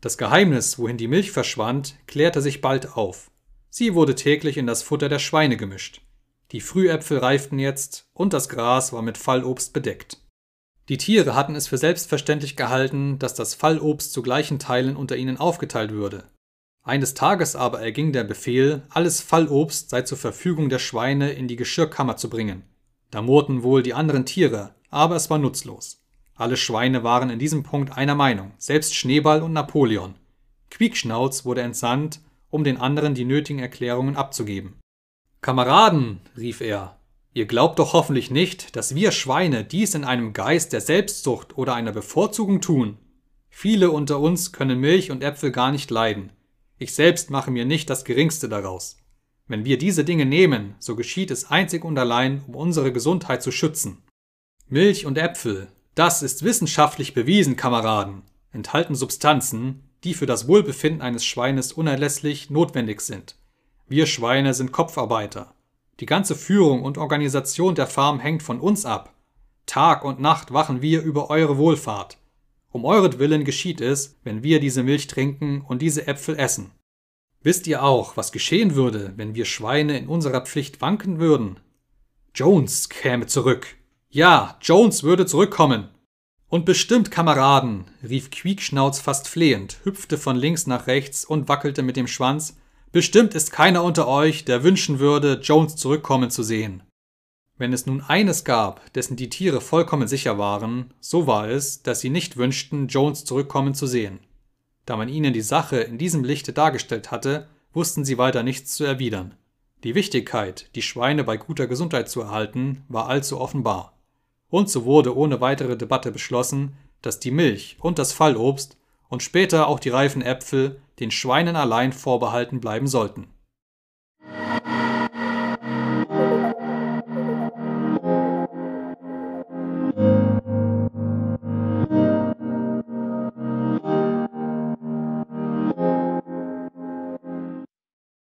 Das Geheimnis, wohin die Milch verschwand, klärte sich bald auf. Sie wurde täglich in das Futter der Schweine gemischt. Die Frühäpfel reiften jetzt und das Gras war mit Fallobst bedeckt. Die Tiere hatten es für selbstverständlich gehalten, dass das Fallobst zu gleichen Teilen unter ihnen aufgeteilt würde. Eines Tages aber erging der Befehl, alles Fallobst sei zur Verfügung der Schweine in die Geschirrkammer zu bringen. Da murrten wohl die anderen Tiere, aber es war nutzlos. Alle Schweine waren in diesem Punkt einer Meinung, selbst Schneeball und Napoleon. Quiekschnauz wurde entsandt, um den anderen die nötigen Erklärungen abzugeben. »Kameraden«, rief er, »ihr glaubt doch hoffentlich nicht, dass wir Schweine dies in einem Geist der Selbstsucht oder einer Bevorzugung tun. Viele unter uns können Milch und Äpfel gar nicht leiden. Ich selbst mache mir nicht das Geringste daraus. Wenn wir diese Dinge nehmen, so geschieht es einzig und allein, um unsere Gesundheit zu schützen. Milch und Äpfel, das ist wissenschaftlich bewiesen, Kameraden, enthalten Substanzen, die für das Wohlbefinden eines Schweines unerlässlich notwendig sind. Wir Schweine sind Kopfarbeiter. Die ganze Führung und Organisation der Farm hängt von uns ab. Tag und Nacht wachen wir über eure Wohlfahrt. Um euretwillen geschieht es, wenn wir diese Milch trinken und diese Äpfel essen. Wisst ihr auch, was geschehen würde, wenn wir Schweine in unserer Pflicht wanken würden? Jones käme zurück. Ja, Jones würde zurückkommen. Und bestimmt, Kameraden, rief Quiekschnauz fast flehend, hüpfte von links nach rechts und wackelte mit dem Schwanz. Bestimmt ist keiner unter euch, der wünschen würde, Jones zurückkommen zu sehen. Wenn es nun eines gab, dessen die Tiere vollkommen sicher waren, so war es, dass sie nicht wünschten, Jones zurückkommen zu sehen. Da man ihnen die Sache in diesem Lichte dargestellt hatte, wussten sie weiter nichts zu erwidern. Die Wichtigkeit, die Schweine bei guter Gesundheit zu erhalten, war allzu offenbar. Und so wurde ohne weitere Debatte beschlossen, dass die Milch und das Fallobst und später auch die reifen Äpfel den Schweinen allein vorbehalten bleiben sollten.